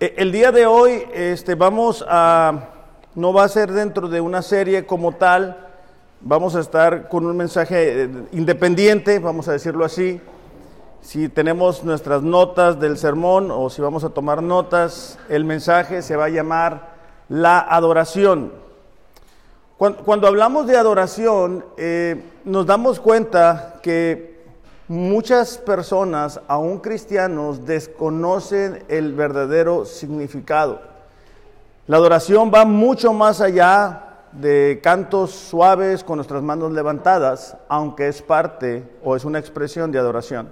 El día de hoy no va a ser dentro de una serie como tal, vamos a estar con un mensaje independiente, vamos a decirlo así. Si tenemos nuestras notas del sermón o si vamos a tomar notas, el mensaje se va a llamar La Adoración. Cuando hablamos de adoración, nos damos cuenta que muchas personas, aún cristianos, desconocen el verdadero significado. La adoración va mucho más allá de cantos suaves con nuestras manos levantadas, aunque es parte o es una expresión de adoración.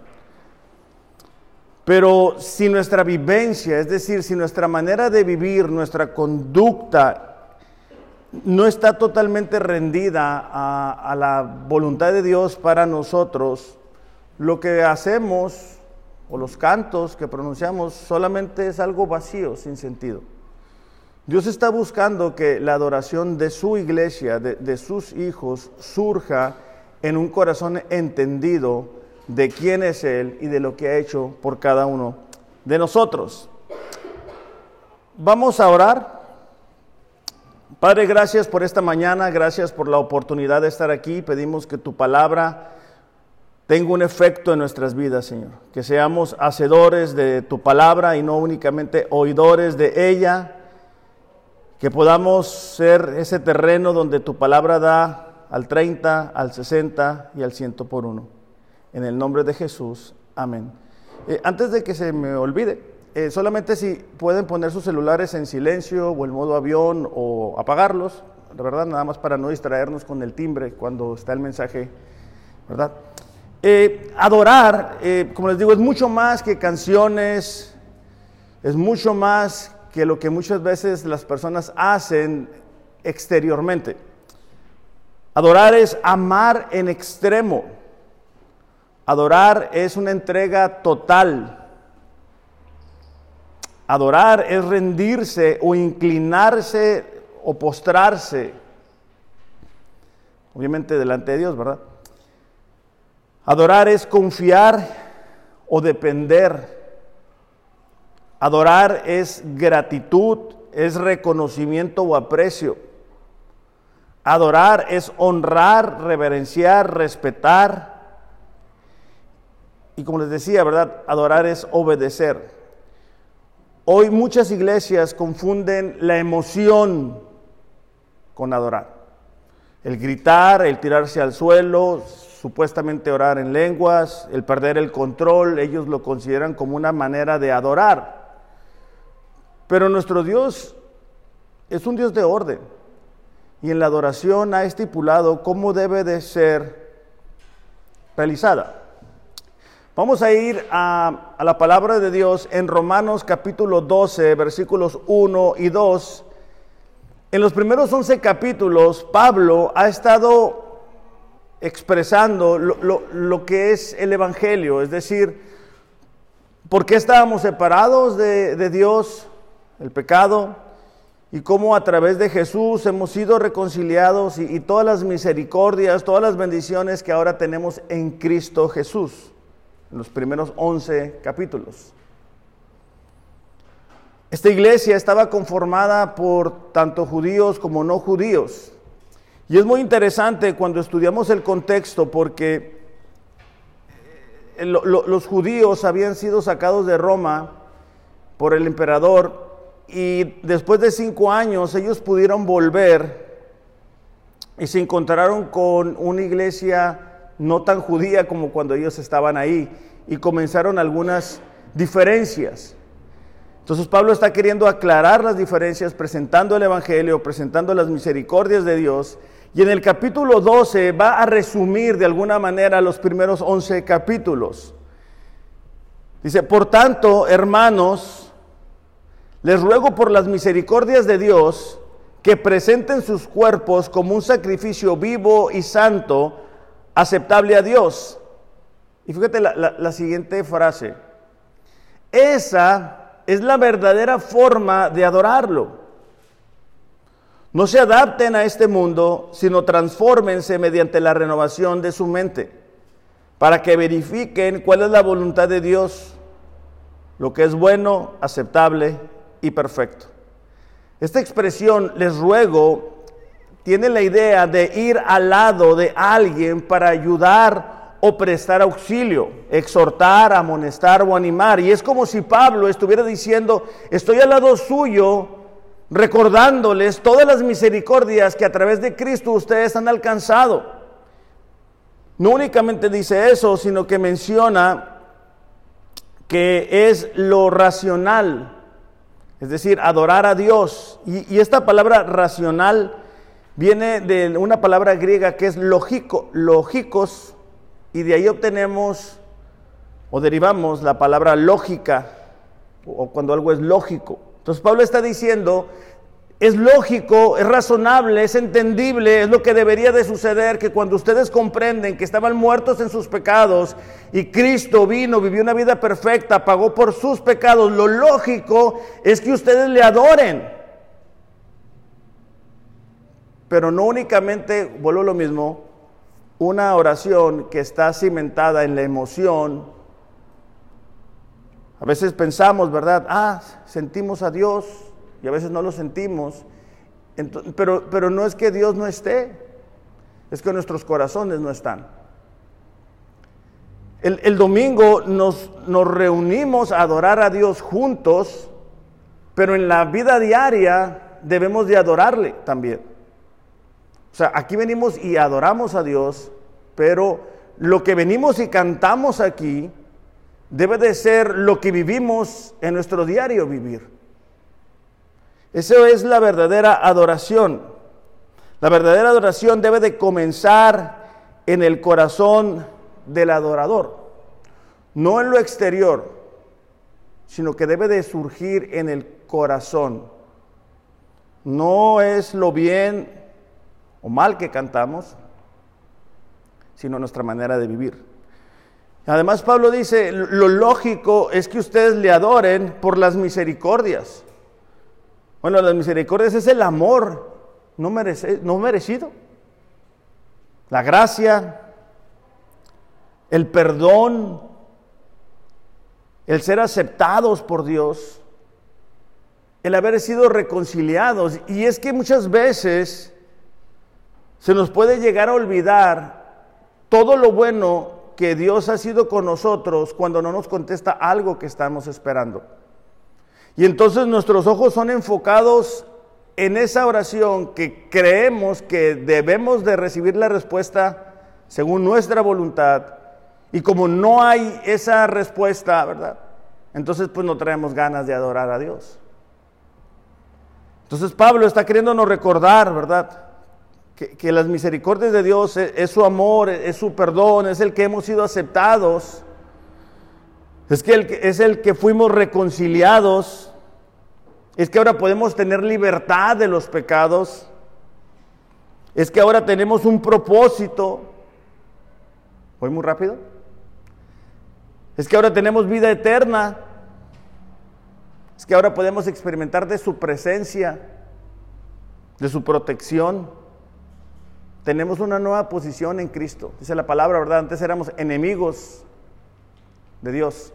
Pero si nuestra vivencia, es decir, si nuestra manera de vivir, nuestra conducta, no está totalmente rendida a la voluntad de Dios para nosotros, lo que hacemos o los cantos que pronunciamos solamente es algo vacío, sin sentido. Dios está buscando que la adoración de su iglesia, de sus hijos, surja en un corazón entendido de quién es Él y de lo que ha hecho por cada uno de nosotros. Vamos a orar. Padre, gracias por esta mañana, gracias por la oportunidad de estar aquí. Pedimos que tu palabra tenga un efecto en nuestras vidas, Señor. Que seamos hacedores de tu palabra y no únicamente oidores de ella. Que podamos ser ese terreno donde tu palabra da al 30, al 60 y al 100 por uno. En el nombre de Jesús, amén. Antes de que se me olvide, solamente si pueden poner sus celulares en silencio o en modo avión o apagarlos, la verdad, nada más para no distraernos con el timbre cuando está el mensaje, ¿verdad? Adorar, como les digo, es mucho más que canciones, es mucho más que lo que muchas veces las personas hacen exteriormente. Adorar es amar en extremo. Adorar es una entrega total. Adorar es rendirse o inclinarse o postrarse, obviamente delante de Dios, ¿verdad? Adorar es confiar o depender. Adorar es gratitud, es reconocimiento o aprecio. Adorar es honrar, reverenciar, respetar. Y como les decía, ¿verdad? Adorar es obedecer. Hoy muchas iglesias confunden la emoción con adorar. El gritar, el tirarse al suelo, supuestamente orar en lenguas, el perder el control, ellos lo consideran como una manera de adorar. Pero nuestro Dios es un Dios de orden. Y en la adoración ha estipulado cómo debe de ser realizada. Vamos a ir a la palabra de Dios en Romanos capítulo 12, versículos 1 y 2. En los primeros 11 capítulos, Pablo ha estado expresando lo que es el Evangelio, es decir, por qué estábamos separados de Dios, el pecado, y cómo a través de Jesús hemos sido reconciliados y todas las misericordias, todas las bendiciones que ahora tenemos en Cristo Jesús. En los primeros 11 capítulos. Esta iglesia estaba conformada por tanto judíos como no judíos. Y es muy interesante cuando estudiamos el contexto porque los judíos habían sido sacados de Roma por el emperador y después de 5 años ellos pudieron volver y se encontraron con una iglesia no tan judía como cuando ellos estaban ahí, y comenzaron algunas diferencias. Entonces Pablo está queriendo aclarar las diferencias, presentando el Evangelio, presentando las misericordias de Dios, y en el capítulo 12 va a resumir de alguna manera los primeros 11 capítulos. Dice, por tanto, hermanos, les ruego por las misericordias de Dios, que presenten sus cuerpos como un sacrificio vivo y santo, aceptable a Dios. Y fíjate la siguiente frase. Esa es la verdadera forma de adorarlo. No se adapten a este mundo, sino transfórmense mediante la renovación de su mente, para que verifiquen cuál es la voluntad de Dios, lo que es bueno, aceptable y perfecto. Esta expresión, les ruego, tiene la idea de ir al lado de alguien para ayudar o prestar auxilio, exhortar, amonestar o animar. Y es como si Pablo estuviera diciendo, estoy al lado suyo, recordándoles todas las misericordias que a través de Cristo ustedes han alcanzado. No únicamente dice eso, sino que menciona que es lo racional, es decir, adorar a Dios. Y esta palabra racional viene de una palabra griega que es lógicos, y de ahí obtenemos o derivamos la palabra lógica, o cuando algo es lógico. Entonces Pablo está diciendo, es lógico, es razonable, es entendible, es lo que debería de suceder, que cuando ustedes comprenden que estaban muertos en sus pecados y Cristo vino, vivió una vida perfecta, pagó por sus pecados, lo lógico es que ustedes le adoren. Pero no únicamente, vuelvo a lo mismo, una oración que está cimentada en la emoción. A veces pensamos, ¿verdad? Sentimos a Dios, y a veces no lo sentimos, pero no es que Dios no esté, es que nuestros corazones no están. El domingo nos reunimos a adorar a Dios juntos, pero en la vida diaria debemos de adorarle también. O sea, aquí venimos y adoramos a Dios, pero lo que venimos y cantamos aquí debe de ser lo que vivimos en nuestro diario vivir. Eso es la verdadera adoración. La verdadera adoración debe de comenzar en el corazón del adorador, no en lo exterior, sino que debe de surgir en el corazón. No es lo bien o mal que cantamos, sino nuestra manera de vivir. Además, Pablo dice, lo lógico es que ustedes le adoren por las misericordias. Bueno, las misericordias es el amor no merecido, la gracia, el perdón, el ser aceptados por Dios, el haber sido reconciliados. Y es que muchas veces se nos puede llegar a olvidar todo lo bueno que Dios ha sido con nosotros cuando no nos contesta algo que estamos esperando. Y entonces nuestros ojos son enfocados en esa oración que creemos que debemos de recibir la respuesta según nuestra voluntad. Y como no hay esa respuesta, ¿verdad? Entonces pues no traemos ganas de adorar a Dios. Entonces Pablo está queriéndonos recordar, ¿verdad?, que las misericordias de Dios es su amor, es su perdón, es el que hemos sido aceptados, es el que fuimos reconciliados, es que ahora podemos tener libertad de los pecados, es que ahora tenemos un propósito. ¿Voy muy rápido? Es que ahora tenemos vida eterna, es que ahora podemos experimentar de su presencia, de su protección. Tenemos una nueva posición en Cristo. Dice la palabra, ¿verdad? Antes éramos enemigos de Dios.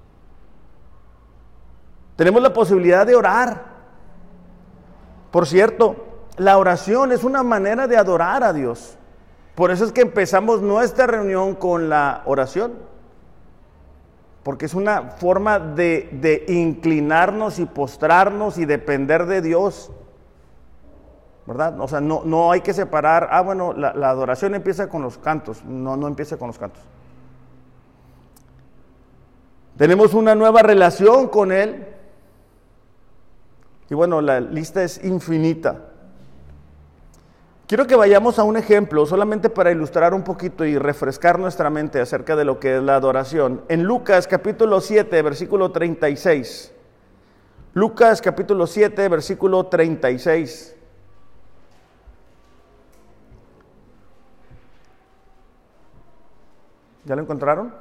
Tenemos la posibilidad de orar. Por cierto, la oración es una manera de adorar a Dios. Por eso es que empezamos nuestra reunión con la oración. Porque es una forma de inclinarnos y postrarnos y depender de Dios, ¿verdad? O sea, no hay que separar, bueno, la adoración empieza con los cantos. No empieza con los cantos. Tenemos una nueva relación con Él. Y bueno, la lista es infinita. Quiero que vayamos a un ejemplo, solamente para ilustrar un poquito y refrescar nuestra mente acerca de lo que es la adoración. En Lucas capítulo 7, versículo 36. Lucas capítulo 7, versículo 36. ¿Ya lo encontraron?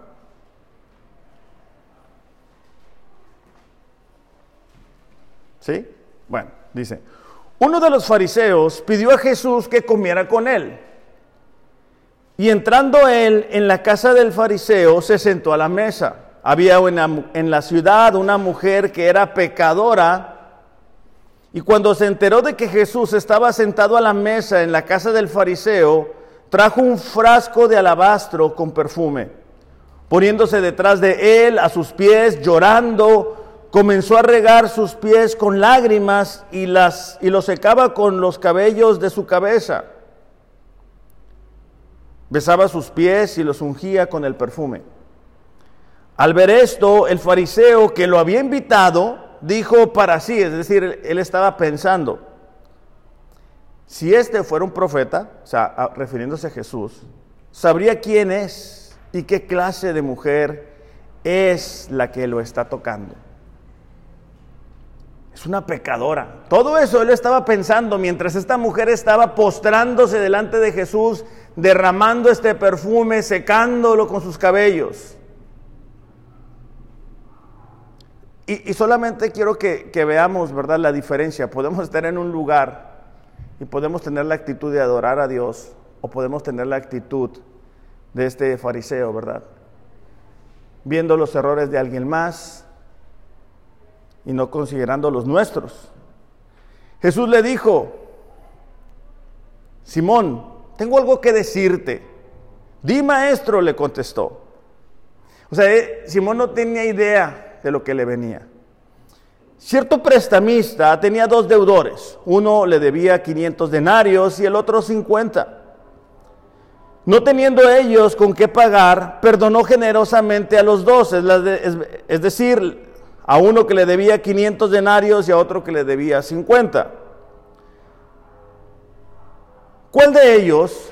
¿Sí? Bueno, dice: uno de los fariseos pidió a Jesús que comiera con él. Y entrando él en la casa del fariseo, se sentó a la mesa. Había en la ciudad una mujer que era pecadora Y cuando se enteró de que Jesús estaba sentado a la mesa en la casa del fariseo, trajo un frasco de alabastro con perfume. Poniéndose detrás de él, a sus pies, llorando, comenzó a regar sus pies con lágrimas y los secaba con los cabellos de su cabeza. Besaba sus pies y los ungía con el perfume. Al ver esto, el fariseo que lo había invitado dijo para sí, es decir, él estaba pensando, si este fuera un profeta, o sea, refiriéndose a Jesús, sabría quién es y qué clase de mujer es la que lo está tocando. Es una pecadora. Todo eso él estaba pensando mientras esta mujer estaba postrándose delante de Jesús, derramando este perfume, secándolo con sus cabellos. Y solamente quiero que veamos, ¿verdad?, la diferencia. Podemos estar en un lugar y podemos tener la actitud de adorar a Dios, o podemos tener la actitud de este fariseo, ¿verdad? Viendo los errores de alguien más y no considerando los nuestros. Jesús le dijo: Simón, tengo algo que decirte. Di, maestro, le contestó. O sea, Simón no tenía idea de lo que le venía. Cierto prestamista tenía 2 deudores. Uno le debía 500 denarios y el otro 50. No teniendo ellos con qué pagar, perdonó generosamente a los 2. Es decir, a uno que le debía 500 denarios y a otro que le debía 50. ¿Cuál de ellos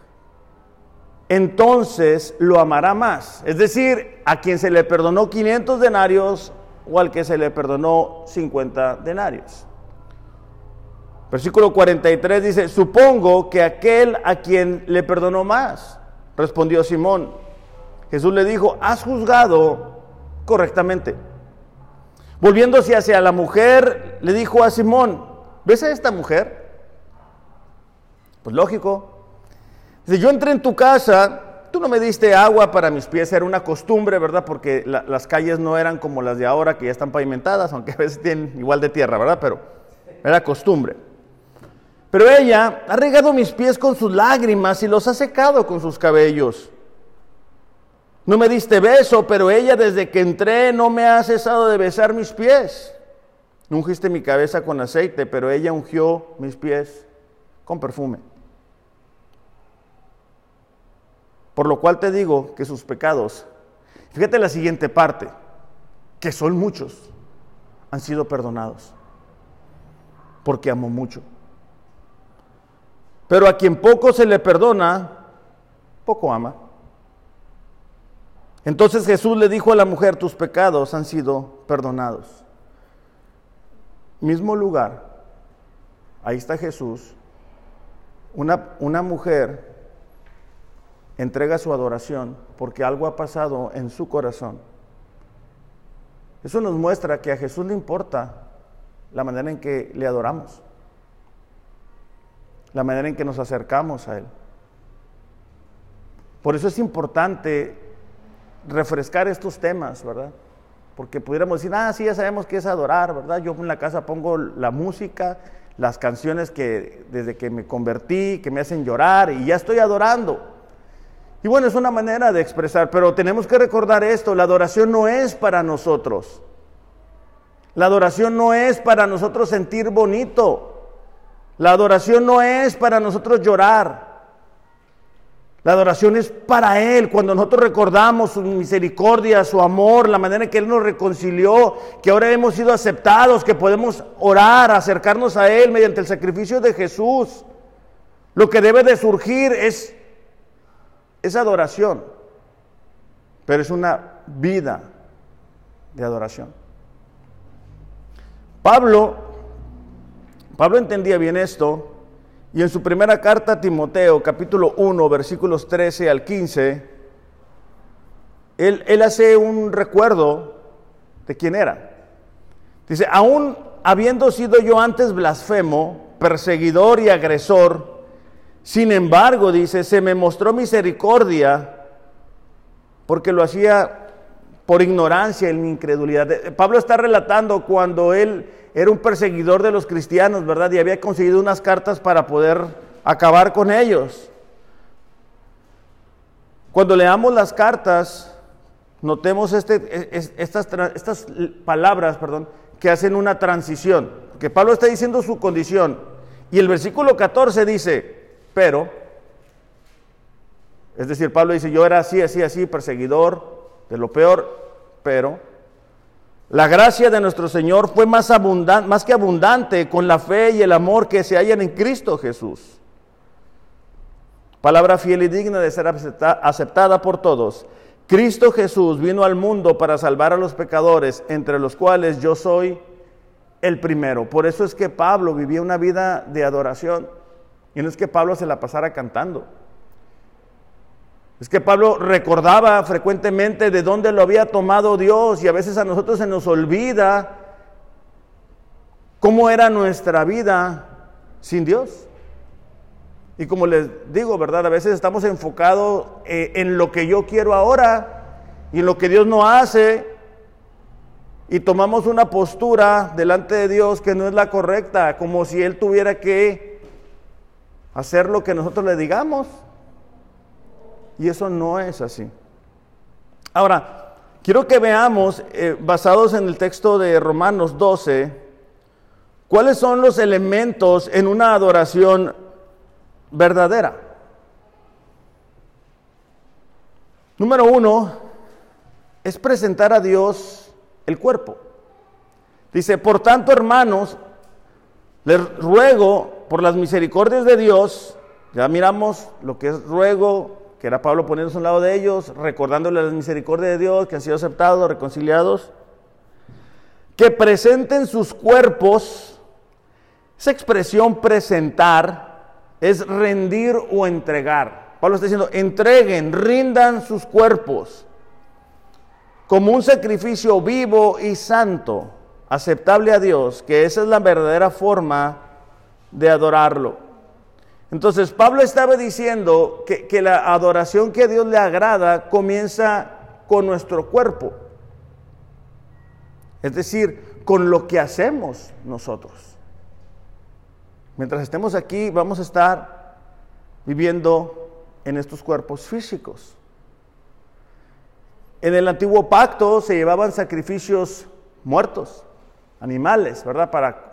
entonces lo amará más? Es decir, a quien se le perdonó 500 denarios o al que se le perdonó 50 denarios. Versículo 43 dice: supongo que aquel a quien le perdonó más. Respondió Simón. Jesús le dijo: has juzgado correctamente. Volviéndose hacia la mujer, le dijo a Simón: ¿ves a esta mujer? Pues lógico. Dice: yo entré en tu casa, tú no me diste agua para mis pies. Era una costumbre, ¿verdad? Porque las calles no eran como las de ahora, que ya están pavimentadas, aunque a veces tienen igual de tierra, ¿verdad? Pero era costumbre. Pero ella ha regado mis pies con sus lágrimas y los ha secado con sus cabellos. No me diste beso, pero ella desde que entré no me ha cesado de besar mis pies. No ungiste mi cabeza con aceite, pero ella ungió mis pies con perfume. Por lo cual te digo que sus pecados, fíjate la siguiente parte, que son muchos, han sido perdonados, porque amó mucho. Pero a quien poco se le perdona, poco ama. Entonces Jesús le dijo a la mujer: tus pecados han sido perdonados. Mismo lugar, ahí está Jesús. Una mujer entrega su adoración porque algo ha pasado en su corazón. Eso nos muestra que a Jesús le importa la manera en que le adoramos, la manera en que nos acercamos a Él. Por eso es importante refrescar estos temas, ¿verdad? Porque pudiéramos decir: sí, ya sabemos qué es adorar, ¿verdad? Yo en la casa pongo la música, las canciones que desde que me convertí, que me hacen llorar, y ya estoy adorando. Y bueno, es una manera de expresar, pero tenemos que recordar esto: la adoración no es para nosotros. La adoración no es para nosotros sentir bonito. La adoración no es para nosotros llorar. La adoración es para Él. Cuando nosotros recordamos su misericordia, su amor, la manera en que Él nos reconcilió, que ahora hemos sido aceptados, que podemos orar, acercarnos a Él mediante el sacrificio de Jesús. Lo que debe de surgir es adoración, pero es una vida de adoración. Pablo entendía bien esto, y en su primera carta a Timoteo, capítulo 1, versículos 13 al 15, él hace un recuerdo de quién era. Dice: aún habiendo sido yo antes blasfemo, perseguidor y agresor, sin embargo, dice, se me mostró misericordia porque lo hacía por ignorancia, en incredulidad. Pablo está relatando cuando él era un perseguidor de los cristianos, ¿verdad? Y había conseguido unas cartas para poder acabar con ellos. Cuando leamos las cartas, notemos estas palabras, que hacen una transición. Porque Pablo está diciendo su condición. Y el versículo 14 dice, pero, es decir, Pablo dice, yo era así, perseguidor de lo peor, pero la gracia de nuestro Señor fue más que abundante con la fe y el amor que se hallan en Cristo Jesús. Palabra fiel y digna de ser aceptada por todos. Cristo Jesús vino al mundo para salvar a los pecadores, entre los cuales yo soy el primero. Por eso es que Pablo vivía una vida de adoración. Y no es que Pablo se la pasara cantando. Es que Pablo recordaba frecuentemente de dónde lo había tomado Dios, y a veces a nosotros se nos olvida cómo era nuestra vida sin Dios. Y como les digo, ¿verdad? A veces estamos enfocados en lo que yo quiero ahora y en lo que Dios no hace, y tomamos una postura delante de Dios que no es la correcta, como si Él tuviera que hacer lo que nosotros le digamos. Y eso no es así. Ahora, quiero que veamos, basados en el texto de Romanos 12, cuáles son los elementos en una adoración verdadera. Número 1 es presentar a Dios el cuerpo. Dice, por tanto, hermanos, les ruego por las misericordias de Dios. Ya miramos lo que es ruego, que era Pablo poniéndose a un lado de ellos, recordándole la misericordia de Dios, que han sido aceptados, reconciliados, que presenten sus cuerpos. Esa expresión presentar es rendir o entregar. Pablo está diciendo, entreguen, rindan sus cuerpos como un sacrificio vivo y santo, aceptable a Dios, que esa es la verdadera forma de adorarlo. Entonces, Pablo estaba diciendo que la adoración que a Dios le agrada comienza con nuestro cuerpo. Es decir, con lo que hacemos nosotros. Mientras estemos aquí, vamos a estar viviendo en estos cuerpos físicos. En el antiguo pacto se llevaban sacrificios muertos, animales, ¿verdad?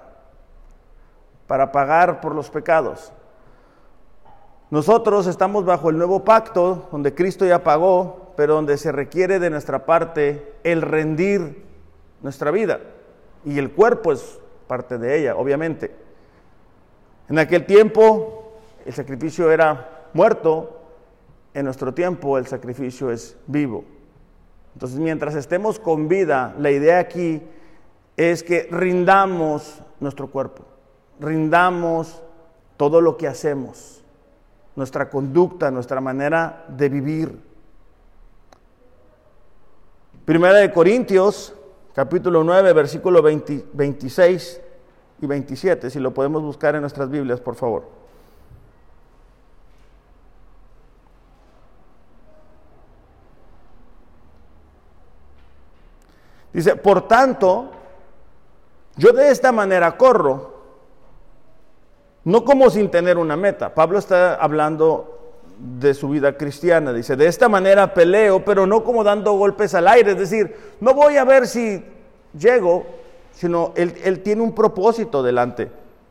Para pagar por los pecados. Nosotros estamos bajo el nuevo pacto, donde Cristo ya pagó, pero donde se requiere de nuestra parte el rendir nuestra vida. Y el cuerpo es parte de ella, obviamente. En aquel tiempo el sacrificio era muerto, en nuestro tiempo el sacrificio es vivo. Entonces, mientras estemos con vida, la idea aquí es que rindamos nuestro cuerpo, rindamos todo lo que hacemos, nuestra conducta, nuestra manera de vivir. Primera de Corintios, capítulo 9, versículo 26 y 27, si lo podemos buscar en nuestras Biblias, por favor. Dice, por tanto, yo de esta manera corro, no como sin tener una meta. Pablo está hablando de su vida cristiana. Dice, de esta manera peleo, pero no como dando golpes al aire. Es decir, no voy a ver si llego, sino él tiene un propósito delante.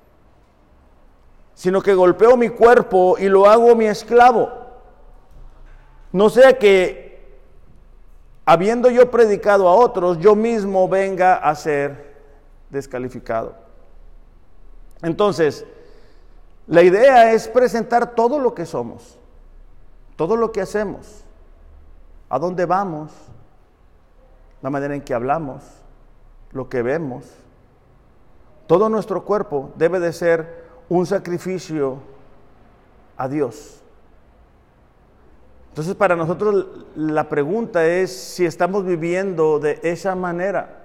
Sino que golpeo mi cuerpo y lo hago mi esclavo. No sea que, habiendo yo predicado a otros, yo mismo venga a ser descalificado. Entonces, la idea es presentar todo lo que somos, todo lo que hacemos, a dónde vamos, la manera en que hablamos, lo que vemos. Todo nuestro cuerpo debe de ser un sacrificio a Dios. Entonces, para nosotros la pregunta es si estamos viviendo de esa manera.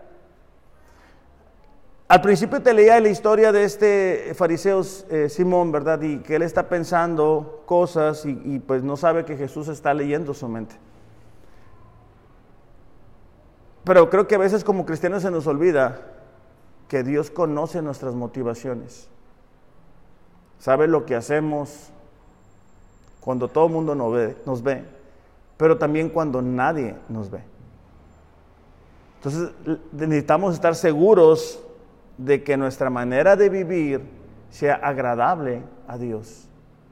Al principio te leía la historia de este fariseo Simón, ¿verdad? Y que él está pensando cosas y pues no sabe que Jesús está leyendo su mente. Pero creo que a veces como cristianos se nos olvida que Dios conoce nuestras motivaciones. Sabe lo que hacemos cuando todo el mundo nos ve, pero también cuando nadie nos ve. Entonces necesitamos estar seguros de que nuestra manera de vivir sea agradable a Dios.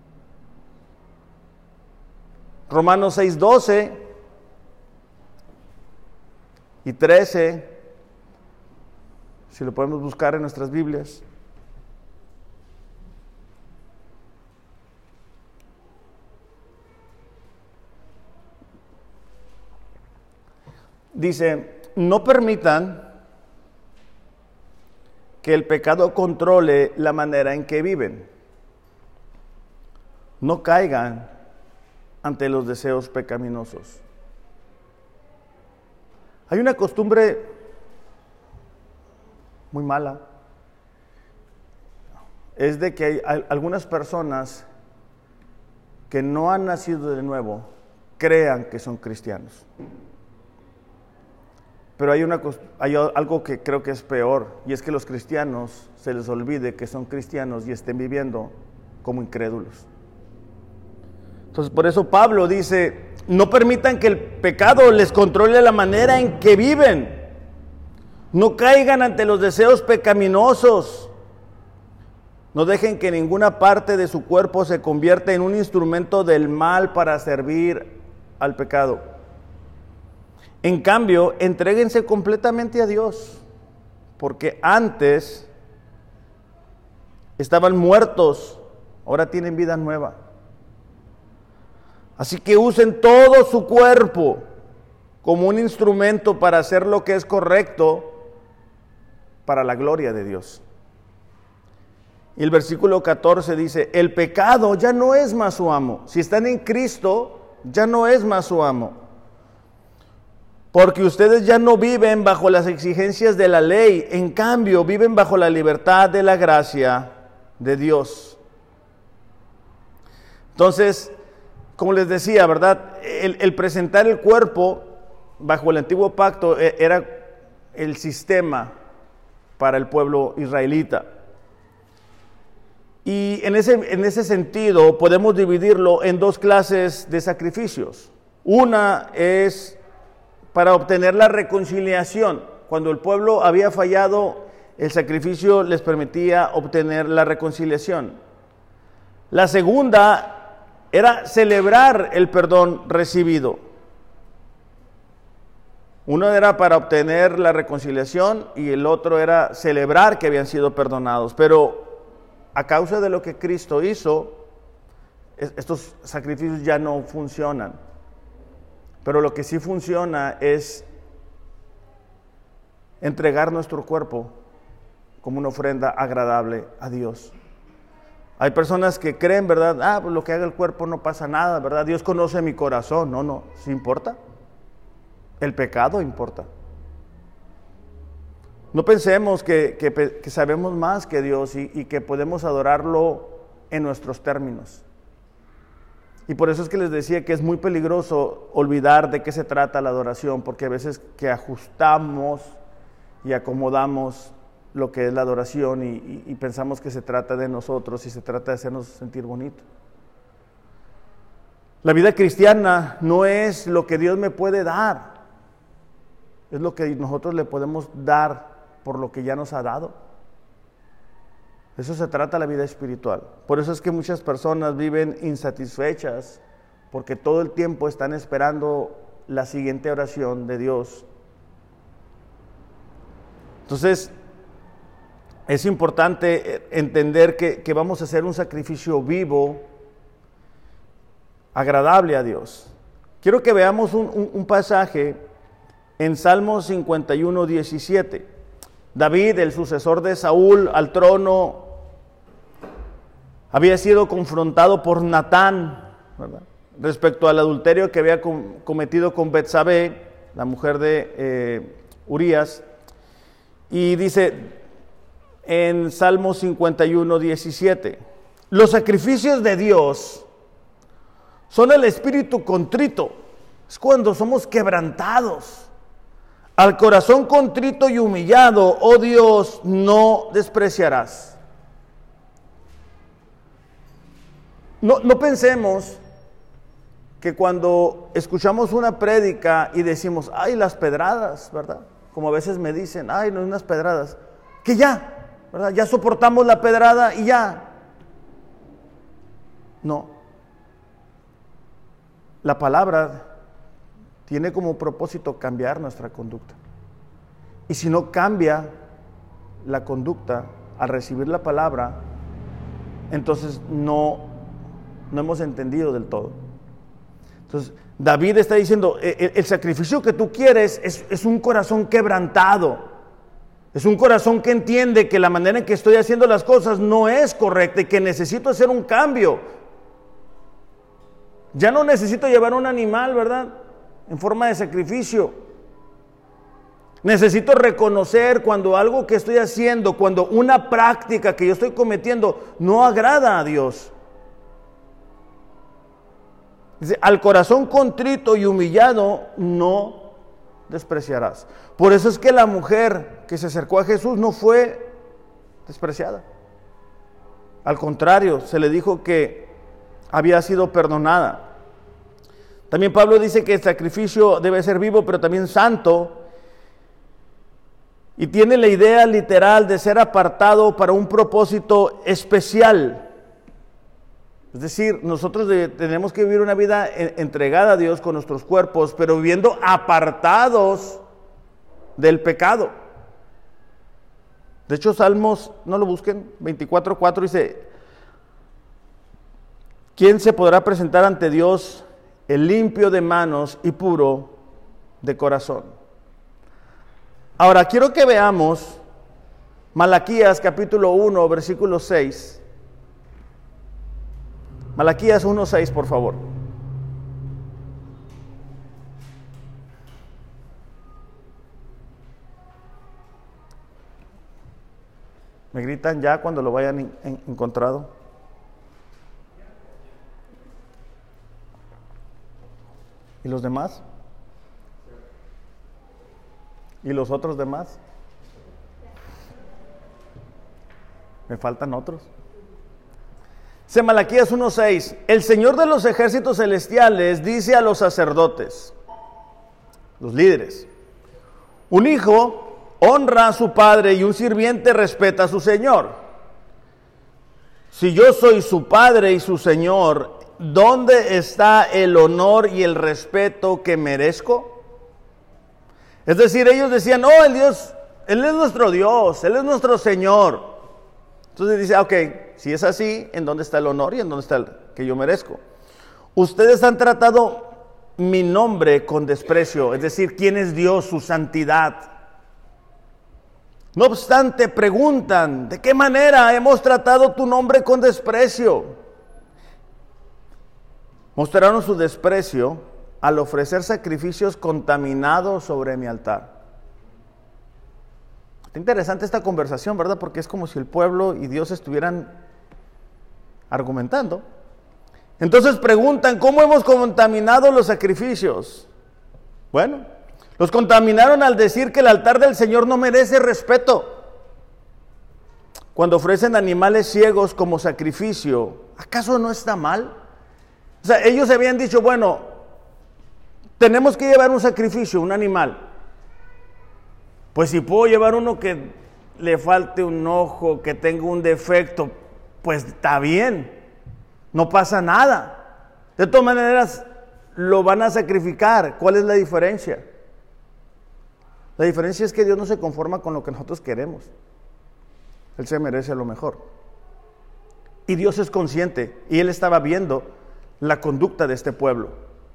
Romanos 6:12 y 13, si lo podemos buscar en nuestras Biblias. Dice, no permitan que el pecado controle la manera en que viven. No caigan ante los deseos pecaminosos. Hay una costumbre muy mala, es de que hay algunas personas que no han nacido de nuevo crean que son cristianos. Pero hay algo que creo que es peor, y es que los cristianos se les olvide que son cristianos y estén viviendo como incrédulos. Entonces, por eso Pablo dice, no permitan que el pecado les controle la manera en que viven. No caigan ante los deseos pecaminosos. No dejen que ninguna parte de su cuerpo se convierta en un instrumento del mal para servir al pecado. En cambio, entréguense completamente a Dios, porque antes estaban muertos, ahora tienen vida nueva. Así que usen todo su cuerpo como un instrumento para hacer lo que es correcto para la gloria de Dios. Y el versículo 14 dice, el pecado ya no es más su amo. Si están en Cristo, ya no es más su amo. Porque ustedes ya no viven bajo las exigencias de la ley, en cambio viven bajo la libertad de la gracia de Dios. Entonces, como les decía, ¿verdad? El presentar el cuerpo bajo el antiguo pacto era el sistema para el pueblo israelita. Y en ese sentido podemos dividirlo en dos clases de sacrificios. Una es para obtener la reconciliación. Cuando el pueblo había fallado, el sacrificio les permitía obtener la reconciliación. La segunda era celebrar el perdón recibido. Uno era para obtener la reconciliación y el otro era celebrar que habían sido perdonados. Pero a causa de lo que Cristo hizo, estos sacrificios ya no funcionan. Pero lo que sí funciona es entregar nuestro cuerpo como una ofrenda agradable a Dios. Hay personas que creen, ¿verdad? Pues lo que haga el cuerpo no pasa nada, ¿verdad? Dios conoce mi corazón. No, ¿sí importa? El pecado importa. No pensemos que sabemos más que Dios y que podemos adorarlo en nuestros términos. Y por eso es que les decía que es muy peligroso olvidar de qué se trata la adoración, porque a veces que ajustamos y acomodamos lo que es la adoración y pensamos que se trata de nosotros y se trata de hacernos sentir bonito. La vida cristiana no es lo que Dios me puede dar, es lo que nosotros le podemos dar por lo que ya nos ha dado. Eso se trata la vida espiritual. Por eso es que muchas personas viven insatisfechas, porque todo el tiempo están esperando la siguiente oración de Dios. Entonces, es importante entender que vamos a hacer un sacrificio vivo, agradable a Dios. Quiero que veamos un pasaje en Salmos 51, 17. David, el sucesor de Saúl al trono, había sido confrontado por Natán, ¿verdad?, respecto al adulterio que había cometido con Betsabé, la mujer de Urías. Y dice en Salmo 51, 17, los sacrificios de Dios son el espíritu contrito, es cuando somos quebrantados. Al corazón contrito y humillado, oh Dios, no despreciarás. No pensemos que cuando escuchamos una prédica y decimos, ay, las pedradas, ¿verdad? Como a veces me dicen, ay, no, unas pedradas, que ya, ¿verdad? Ya soportamos la pedrada y ya. No. La palabra tiene como propósito cambiar nuestra conducta. Y si no cambia la conducta al recibir la palabra, entonces no hemos entendido del todo. Entonces, David está diciendo, el sacrificio que tú quieres es un corazón quebrantado. Es un corazón que entiende que la manera en que estoy haciendo las cosas no es correcta y que necesito hacer un cambio. Ya no necesito llevar un animal, ¿verdad?, en forma de sacrificio. Necesito reconocer cuando algo que estoy haciendo, cuando una práctica que yo estoy cometiendo no agrada a Dios. Dice, al corazón contrito y humillado no despreciarás. Por eso es que la mujer que se acercó a Jesús no fue despreciada. Al contrario, se le dijo que había sido perdonada. También Pablo dice que el sacrificio debe ser vivo, pero también santo. Y tiene la idea literal de ser apartado para un propósito especial. Es decir, nosotros tenemos que vivir una vida entregada a Dios con nuestros cuerpos, pero viviendo apartados del pecado. De hecho, Salmos, no lo busquen, 24:4 dice, ¿quién se podrá presentar ante Dios el limpio de manos y puro de corazón? Ahora, quiero que veamos Malaquías capítulo 1, versículo 6. Malaquías 1:6, por favor. ¿Me gritan ya cuando lo vayan encontrado? ¿Y los demás? ¿Y los otros demás? ¿Me faltan otros? Dice Malaquías 1:6, el Señor de los ejércitos celestiales dice a los sacerdotes, los líderes, un hijo honra a su padre y un sirviente respeta a su señor. Si yo soy su padre y su señor, ¿dónde está el honor y el respeto que merezco? Es decir, ellos decían, oh, el Dios, Él es nuestro Dios, Él es nuestro Señor. Entonces dice, ok, si es así, ¿en dónde está el honor y en dónde está el que yo merezco? Ustedes han tratado mi nombre con desprecio, es decir, ¿quién es Dios, su santidad? No obstante, preguntan, ¿de qué manera hemos tratado tu nombre con desprecio? Mostraron su desprecio al ofrecer sacrificios contaminados sobre mi altar. Está interesante esta conversación, ¿verdad? Porque es como si el pueblo y Dios estuvieran argumentando. Entonces preguntan, ¿cómo hemos contaminado los sacrificios? Bueno, los contaminaron al decir que el altar del Señor no merece respeto. Cuando ofrecen animales ciegos como sacrificio, ¿acaso no está mal? O sea, ellos habían dicho, bueno, tenemos que llevar un sacrificio, un animal. Pues si puedo llevar uno que le falte un ojo, que tenga un defecto, pues está bien, no pasa nada. De todas maneras, lo van a sacrificar. ¿Cuál es la diferencia? La diferencia es que Dios no se conforma con lo que nosotros queremos. Él se merece lo mejor. Y Dios es consciente, y Él estaba viendo la conducta de este pueblo.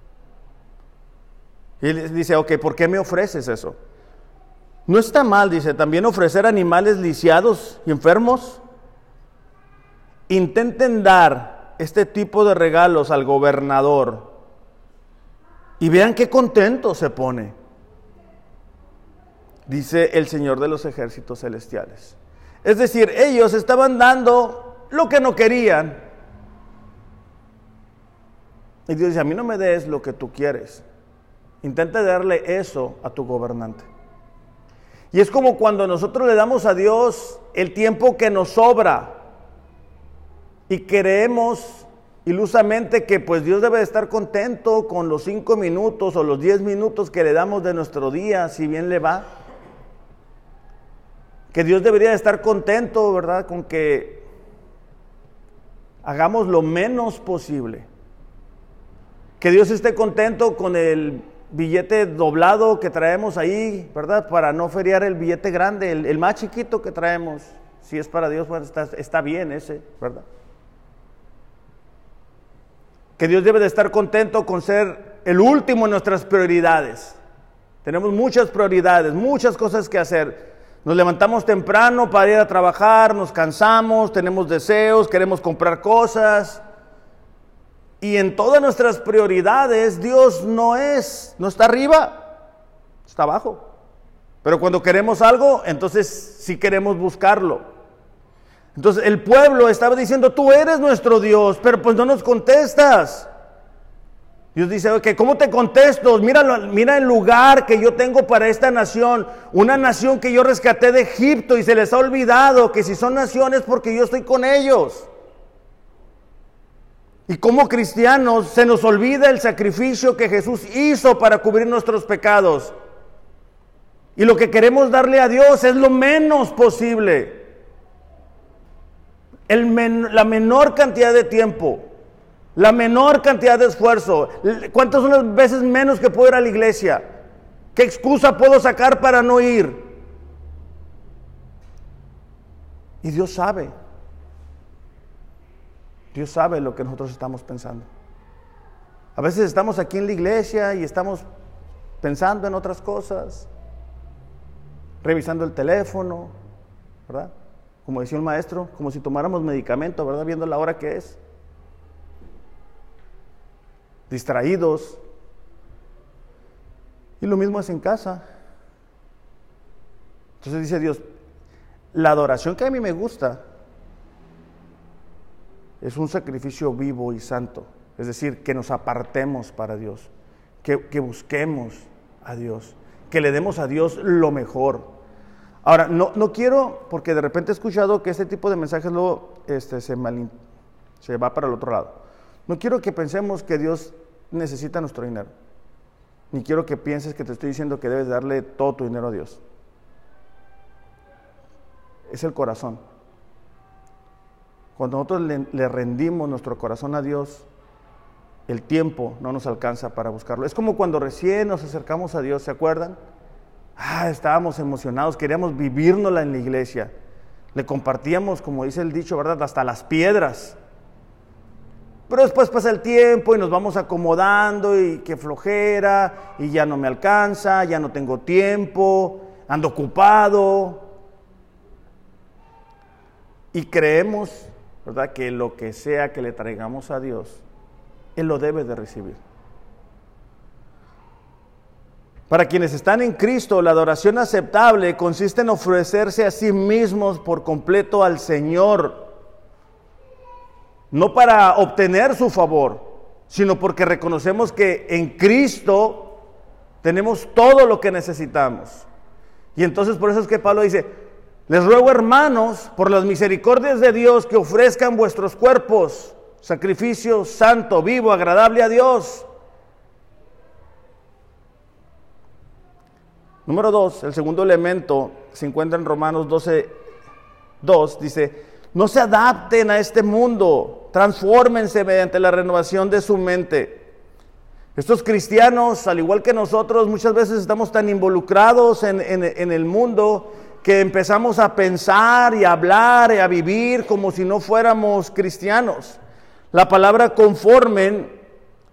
Y Él dice, ok, ¿por qué me ofreces eso? No está mal, dice, también ofrecer animales lisiados y enfermos. Intenten dar este tipo de regalos al gobernador y vean qué contento se pone, dice el Señor de los ejércitos celestiales. Es decir, ellos estaban dando lo que no querían. Y Dios dice, a mí no me des lo que tú quieres. Intenta darle eso a tu gobernante. Y es como cuando nosotros le damos a Dios el tiempo que nos sobra y creemos ilusamente que pues Dios debe de estar contento con los 5 minutos o los 10 minutos que le damos de nuestro día, si bien le va. Que Dios debería de estar contento, ¿verdad?, con que hagamos lo menos posible. Que Dios esté contento con el billete doblado que traemos ahí, ¿verdad?, para no feriar el billete grande, el más chiquito que traemos. Si es para Dios, pues está bien ese, ¿verdad? Que Dios debe de estar contento con ser el último en nuestras prioridades. Tenemos muchas prioridades, muchas cosas que hacer. Nos levantamos temprano para ir a trabajar, nos cansamos, tenemos deseos, queremos comprar cosas. Y en todas nuestras prioridades, Dios no está arriba, está abajo. Pero cuando queremos algo, entonces sí queremos buscarlo. Entonces el pueblo estaba diciendo, tú eres nuestro Dios, pero pues no nos contestas. Dios dice, ok, ¿cómo te contesto? Mira el lugar que yo tengo para esta nación, una nación que yo rescaté de Egipto y se les ha olvidado que si son naciones porque yo estoy con ellos. Y como cristianos se nos olvida el sacrificio que Jesús hizo para cubrir nuestros pecados. Y lo que queremos darle a Dios es lo menos posible. La menor cantidad de tiempo. La menor cantidad de esfuerzo. ¿Cuántas son las veces menos que puedo ir a la iglesia? ¿Qué excusa puedo sacar para no ir? Y Dios sabe. Dios sabe lo que nosotros estamos pensando. A veces estamos aquí en la iglesia y estamos pensando en otras cosas, revisando el teléfono, ¿verdad? Como decía un maestro, como si tomáramos medicamento, ¿verdad? Viendo la hora que es. Distraídos. Y lo mismo es en casa. Entonces dice Dios, la adoración que a mí me gusta es un sacrificio vivo y santo. Es decir, que nos apartemos para Dios, que busquemos a Dios, que le demos a Dios lo mejor. Ahora, no quiero, porque de repente he escuchado que este tipo de mensajes luego se va para el otro lado. No quiero que pensemos que Dios necesita nuestro dinero. Ni quiero que pienses que te estoy diciendo que debes darle todo tu dinero a Dios. Es el corazón. Cuando nosotros le rendimos nuestro corazón a Dios, el tiempo no nos alcanza para buscarlo. Es como cuando recién nos acercamos a Dios, ¿se acuerdan? Estábamos emocionados, queríamos vivírnosla en la iglesia. Le compartíamos, como dice el dicho, ¿verdad?, hasta las piedras. Pero después pasa el tiempo y nos vamos acomodando y qué flojera, y ya no me alcanza, ya no tengo tiempo, ando ocupado. Y creemos, ¿verdad?, que lo que sea que le traigamos a Dios, Él lo debe de recibir. Para quienes están en Cristo, la adoración aceptable consiste en ofrecerse a sí mismos por completo al Señor, no para obtener su favor, sino porque reconocemos que en Cristo tenemos todo lo que necesitamos. Y entonces por eso es que Pablo dice, les ruego, hermanos, por las misericordias de Dios, que ofrezcan vuestros cuerpos, sacrificio santo, vivo, agradable a Dios. Número 2, el segundo elemento se encuentra en Romanos 12:2, dice, no se adapten a este mundo, transfórmense mediante la renovación de su mente. Estos cristianos, al igual que nosotros, muchas veces estamos tan involucrados en el mundo que empezamos a pensar y a hablar y a vivir como si no fuéramos cristianos. La palabra conformen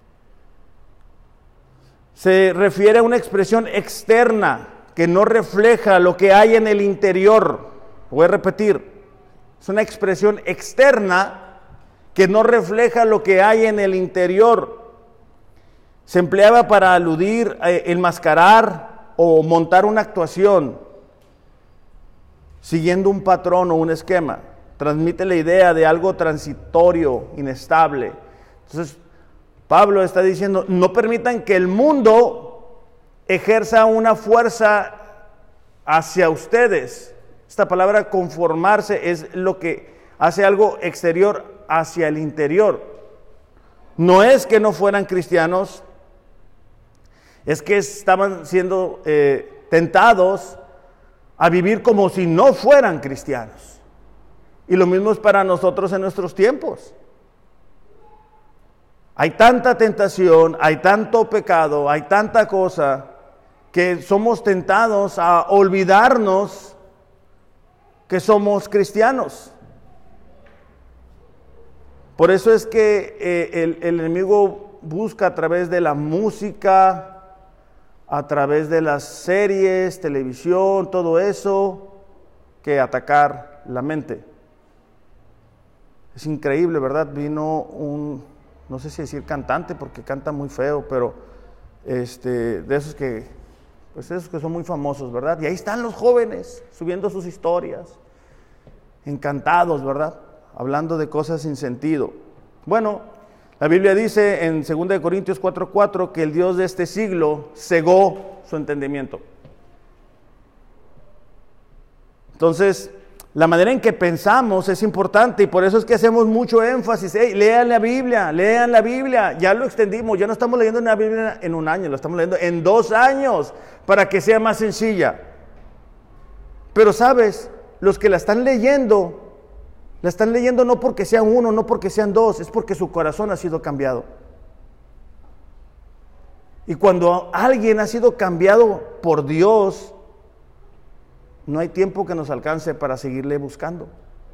se refiere a una expresión externa que no refleja lo que hay en el interior. Voy a repetir, es una expresión externa que no refleja lo que hay en el interior. Se empleaba para aludir, enmascarar o montar una actuación siguiendo un patrón o un esquema. Transmite la idea de algo transitorio, inestable. Entonces, Pablo está diciendo, no permitan que el mundo ejerza una fuerza hacia ustedes. Esta palabra conformarse es lo que hace algo exterior hacia el interior. No es que no fueran cristianos, es que estaban siendo tentados a vivir como si no fueran cristianos. Y lo mismo es para nosotros en nuestros tiempos. Hay tanta tentación, hay tanto pecado, hay tanta cosa que somos tentados a olvidarnos que somos cristianos. Por eso es que el enemigo busca a través de la música, a través de las series, televisión, todo eso, que atacar la mente. Es increíble, ¿verdad? Vino un, no sé si decir cantante, porque canta muy feo, pero de esos que, pues esos que son muy famosos, ¿verdad? Y ahí están los jóvenes subiendo sus historias, encantados, ¿verdad? Hablando de cosas sin sentido. Bueno, la Biblia dice en 2 Corintios 4:4 que el Dios de este siglo cegó su entendimiento. Entonces, la manera en que pensamos es importante y por eso es que hacemos mucho énfasis. Hey, lean la Biblia. Ya lo extendimos, ya no estamos leyendo la Biblia en un año, lo estamos leyendo en 2 años para que sea más sencilla. Pero sabes, los que la están leyendo no porque sean uno, no porque sean dos, es porque su corazón ha sido cambiado. Y cuando alguien ha sido cambiado por Dios, no hay tiempo que nos alcance para seguirle buscando.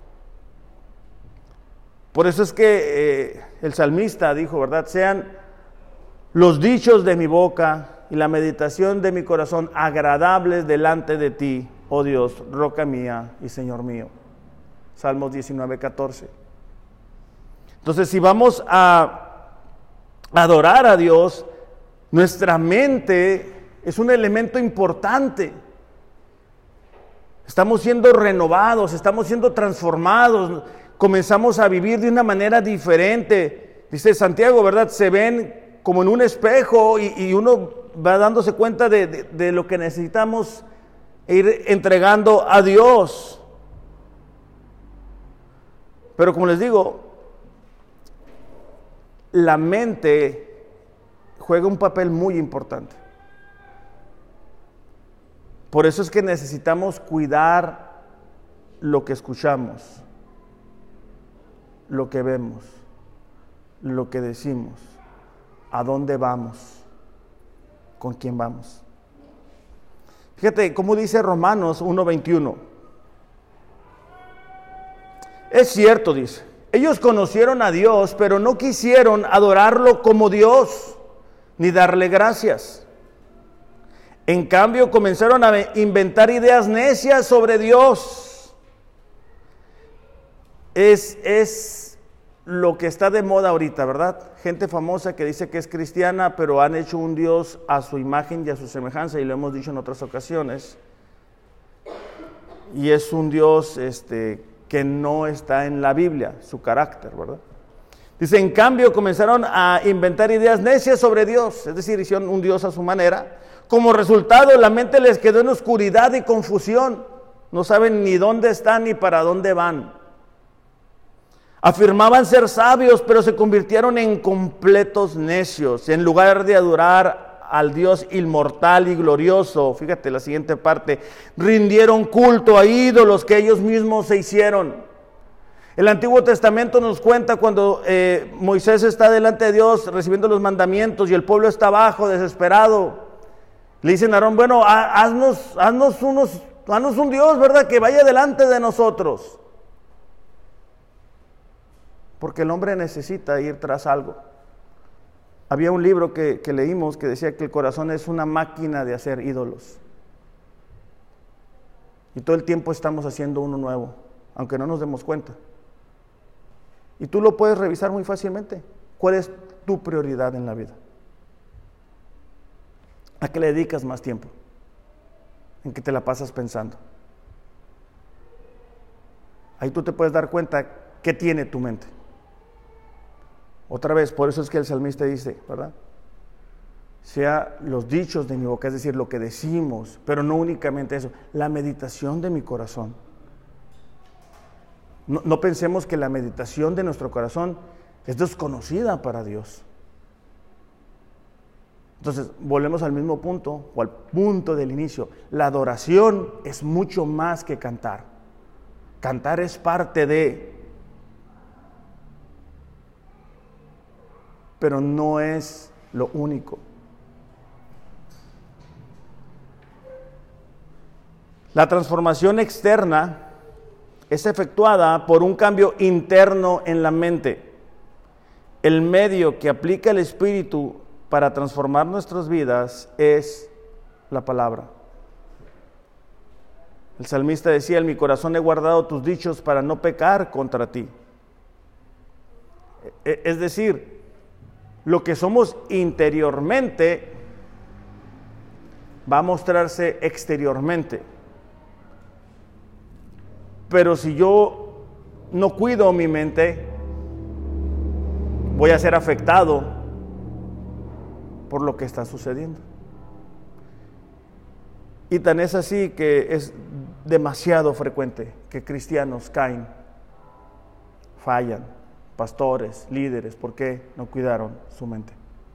Por eso es que el salmista dijo, ¿verdad? Sean los dichos de mi boca y la meditación de mi corazón agradables delante de ti, oh Dios, roca mía y Señor mío. Salmos 19:14. Entonces, si vamos a adorar a Dios, nuestra mente es un elemento importante. Estamos siendo renovados, estamos siendo transformados, comenzamos a vivir de una manera diferente. Dice Santiago, ¿verdad? Se ven como en un espejo y uno va dándose cuenta de lo que necesitamos ir entregando a Dios. Pero como les digo, la mente juega un papel muy importante. Por eso es que necesitamos cuidar lo que escuchamos, lo que vemos, lo que decimos, a dónde vamos, con quién vamos. Fíjate cómo dice Romanos 1:21. Es cierto, dice, ellos conocieron a Dios, pero no quisieron adorarlo como Dios, ni darle gracias. En cambio, comenzaron a inventar ideas necias sobre Dios. Es lo que está de moda ahorita, ¿verdad? Gente famosa que dice que es cristiana, pero han hecho un Dios a su imagen y a su semejanza, y lo hemos dicho en otras ocasiones. Y es un Dios que no está en la Biblia, su carácter, ¿verdad? Dice, en cambio, comenzaron a inventar ideas necias sobre Dios, es decir, hicieron un Dios a su manera. Como resultado, la mente les quedó en oscuridad y confusión. No saben ni dónde están ni para dónde van. Afirmaban ser sabios, pero se convirtieron en completos necios. En lugar de adorar al Dios inmortal y glorioso, fíjate la siguiente parte, rindieron culto a ídolos que ellos mismos se hicieron. El Antiguo Testamento nos cuenta cuando Moisés está delante de Dios recibiendo los mandamientos y el pueblo está abajo, desesperado. Le dicen a Aarón, bueno, haznos un Dios, ¿verdad? Que vaya delante de nosotros. Porque el hombre necesita ir tras algo. Había un libro que leímos que decía que el corazón es una máquina de hacer ídolos. Y todo el tiempo estamos haciendo uno nuevo, aunque no nos demos cuenta. Y tú lo puedes revisar muy fácilmente. ¿Cuál es tu prioridad en la vida? ¿A qué le dedicas más tiempo? ¿En qué te la pasas pensando? Ahí tú te puedes dar cuenta qué tiene tu mente. Otra vez, por eso es que el salmista dice, ¿verdad? sea los dichos de mi boca, es decir, lo que decimos, pero no únicamente eso, la meditación de mi corazón. No pensemos que la meditación de nuestro corazón es desconocida para Dios. Entonces, volvemos al mismo punto, o al punto del inicio. La adoración es mucho más que cantar. Cantar es parte de, pero no es lo único. La transformación externa es efectuada por un cambio interno en la mente. El medio que aplica el Espíritu para transformar nuestras vidas es la palabra. El salmista decía: en mi corazón he guardado tus dichos para no pecar contra ti. Es decir, lo que somos interiormente va a mostrarse exteriormente. Pero si yo no cuido mi mente, voy a ser afectado por lo que está sucediendo. Y tan es así que es demasiado frecuente que cristianos caen, fallan, pastores, líderes, porque no cuidaron su mente.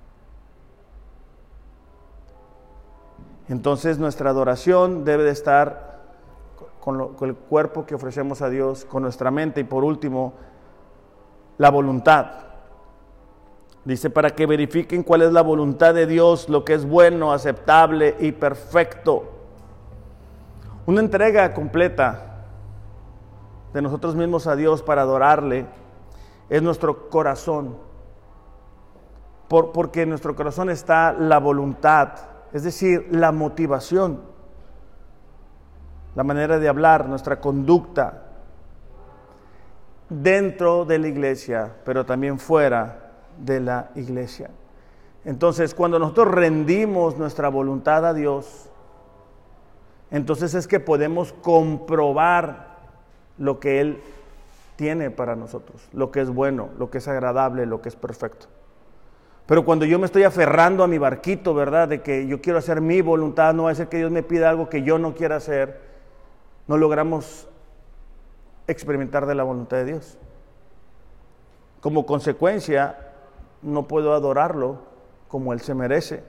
Entonces nuestra adoración debe de estar con el cuerpo que ofrecemos a Dios, con nuestra mente, y por último, la voluntad. Dice: para que verifiquen cuál es la voluntad de Dios, lo que es bueno, aceptable y perfecto. Una entrega completa de nosotros mismos a Dios para adorarle es nuestro corazón, porque en nuestro corazón está la voluntad, es decir, la motivación, la manera de hablar, nuestra conducta dentro de la iglesia, pero también fuera de la iglesia. Entonces, cuando nosotros rendimos nuestra voluntad a Dios, entonces es que podemos comprobar lo que Él tiene para nosotros, lo que es bueno, lo que es agradable, lo que es perfecto. Pero cuando yo me estoy aferrando a mi barquito, ¿verdad?, de que yo quiero hacer mi voluntad, no va a ser que Dios me pida algo que yo no quiera hacer, no logramos experimentar de la voluntad de Dios. Como consecuencia, no puedo adorarlo como Él se merece.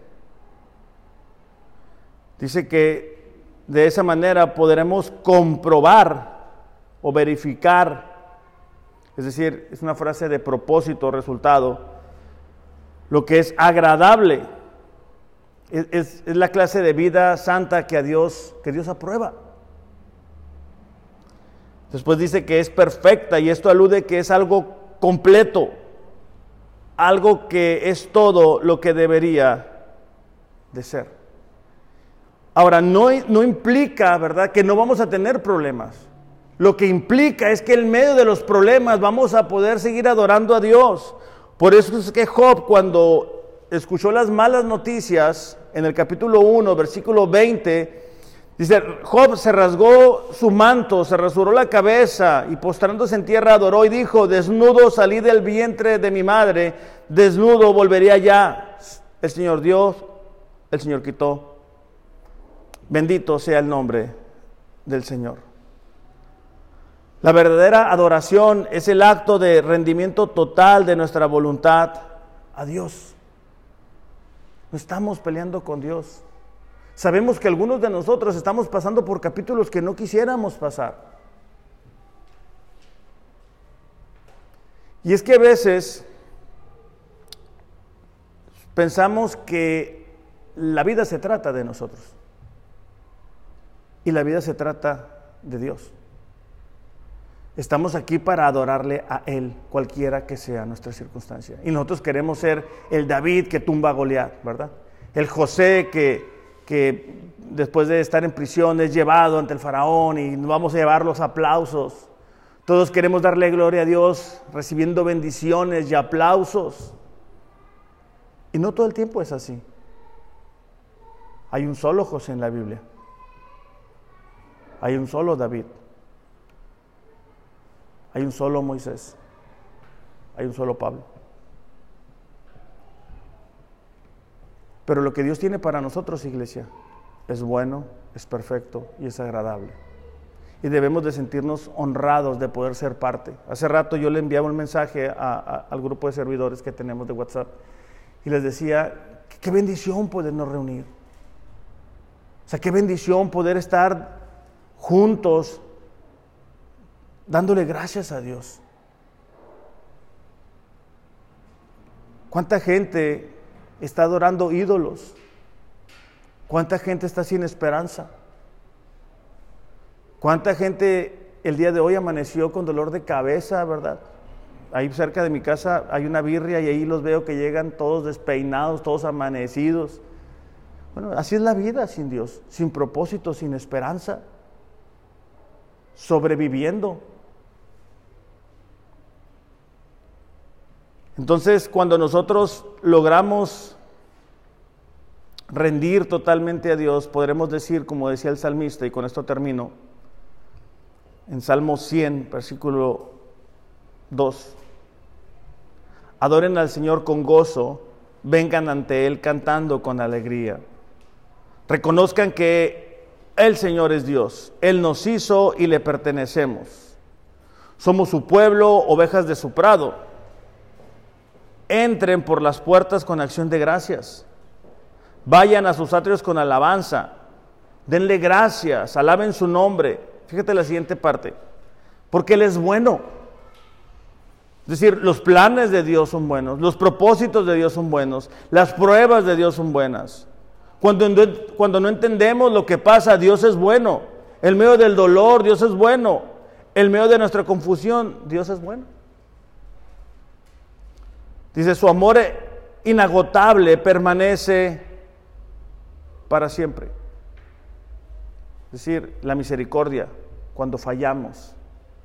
Dice que de esa manera podremos comprobar o verificar, es decir, es una frase de propósito, resultado, lo que es agradable. Es la clase de vida santa que Dios aprueba. Después dice que es perfecta, y esto alude que es algo completo, algo que es todo lo que debería de ser. Ahora, no implica, ¿verdad?, que no vamos a tener problemas. Lo que implica es que en medio de los problemas vamos a poder seguir adorando a Dios. Por eso es que Job, cuando escuchó las malas noticias, en el capítulo 1, versículo 20, dice: Job se rasgó su manto, se rasuró la cabeza y postrándose en tierra adoró y dijo: desnudo salí del vientre de mi madre, desnudo volveré allá. El Señor dio, el Señor quitó. Bendito sea el nombre del Señor. La verdadera adoración es el acto de rendimiento total de nuestra voluntad a Dios. No estamos peleando con Dios. Sabemos que algunos de nosotros estamos pasando por capítulos que no quisiéramos pasar. Y es que a veces pensamos que la vida se trata de nosotros. Y la vida se trata de Dios. Estamos aquí para adorarle a Él, cualquiera que sea nuestra circunstancia. Y nosotros queremos ser el David que tumba a Goliat, ¿verdad? El José que después de estar en prisión es llevado ante el faraón y nos vamos a llevar los aplausos. Todos queremos darle gloria a Dios recibiendo bendiciones y aplausos. Y no todo el tiempo es así. Hay un solo José en la Biblia. Hay un solo David. Hay un solo Moisés. Hay un solo Pablo. Pero lo que Dios tiene para nosotros, iglesia, es bueno, es perfecto y es agradable. Y debemos de sentirnos honrados de poder ser parte. Hace rato yo le enviaba un mensaje al grupo de servidores que tenemos de WhatsApp y les decía, qué bendición podernos reunir. O sea, qué bendición poder estar juntos dándole gracias a Dios. ¿Cuánta gente está adorando ídolos? ¿Cuánta gente está sin esperanza? ¿Cuánta gente el día de hoy amaneció con dolor de cabeza, verdad? Ahí cerca de mi casa hay una birria y ahí los veo que llegan todos despeinados, todos amanecidos. Bueno, así es la vida sin Dios, sin propósito, sin esperanza, sobreviviendo. Entonces, cuando nosotros logramos rendir totalmente a Dios, podremos decir, como decía el salmista, y con esto termino, en Salmo 100, versículo 2, adoren al Señor con gozo, vengan ante Él cantando con alegría. Reconozcan que el Señor es Dios, Él nos hizo y le pertenecemos. Somos su pueblo, ovejas de su prado. Entren por las puertas con acción de gracias. Vayan a sus atrios con alabanza. Denle gracias, alaben su nombre. Fíjate la siguiente parte. Porque Él es bueno. Es decir, los planes de Dios son buenos, los propósitos de Dios son buenos, las pruebas de Dios son buenas. Cuando no entendemos lo que pasa, Dios es bueno. En medio del dolor, Dios es bueno. En medio de nuestra confusión, Dios es bueno. Dice, su amor inagotable permanece para siempre. Es decir, la misericordia, cuando fallamos,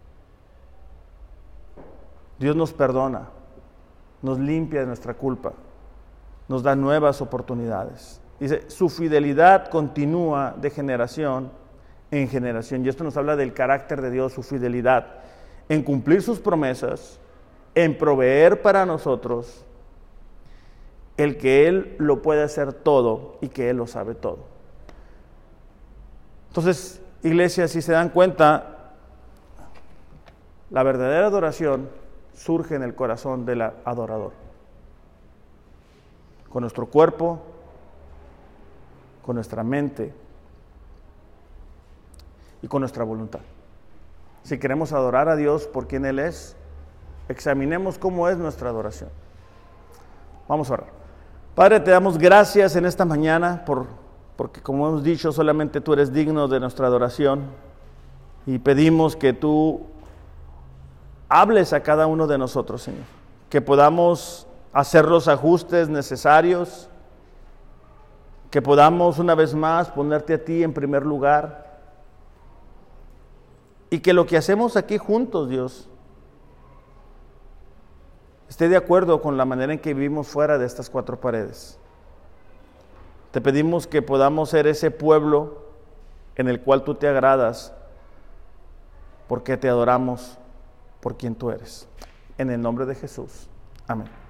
Dios nos perdona, nos limpia de nuestra culpa, nos da nuevas oportunidades. Dice, su fidelidad continúa de generación en generación. Y esto nos habla del carácter de Dios, su fidelidad en cumplir sus promesas, en proveer para nosotros, el que Él lo puede hacer todo y que Él lo sabe todo. Entonces, iglesia, si se dan cuenta, la verdadera adoración surge en el corazón del adorador. Con nuestro cuerpo, con nuestra mente y con nuestra voluntad. Si queremos adorar a Dios por quien Él es, examinemos cómo es nuestra adoración. Vamos a orar. Padre, te damos gracias en esta mañana porque como hemos dicho, solamente tú eres digno de nuestra adoración y pedimos que tú hables a cada uno de nosotros, Señor, que podamos hacer los ajustes necesarios, que podamos una vez más ponerte a ti en primer lugar y que lo que hacemos aquí juntos, Dios, esté de acuerdo con la manera en que vivimos fuera de estas cuatro paredes. Te pedimos que podamos ser ese pueblo en el cual tú te agradas, porque te adoramos por quien tú eres. En el nombre de Jesús. Amén.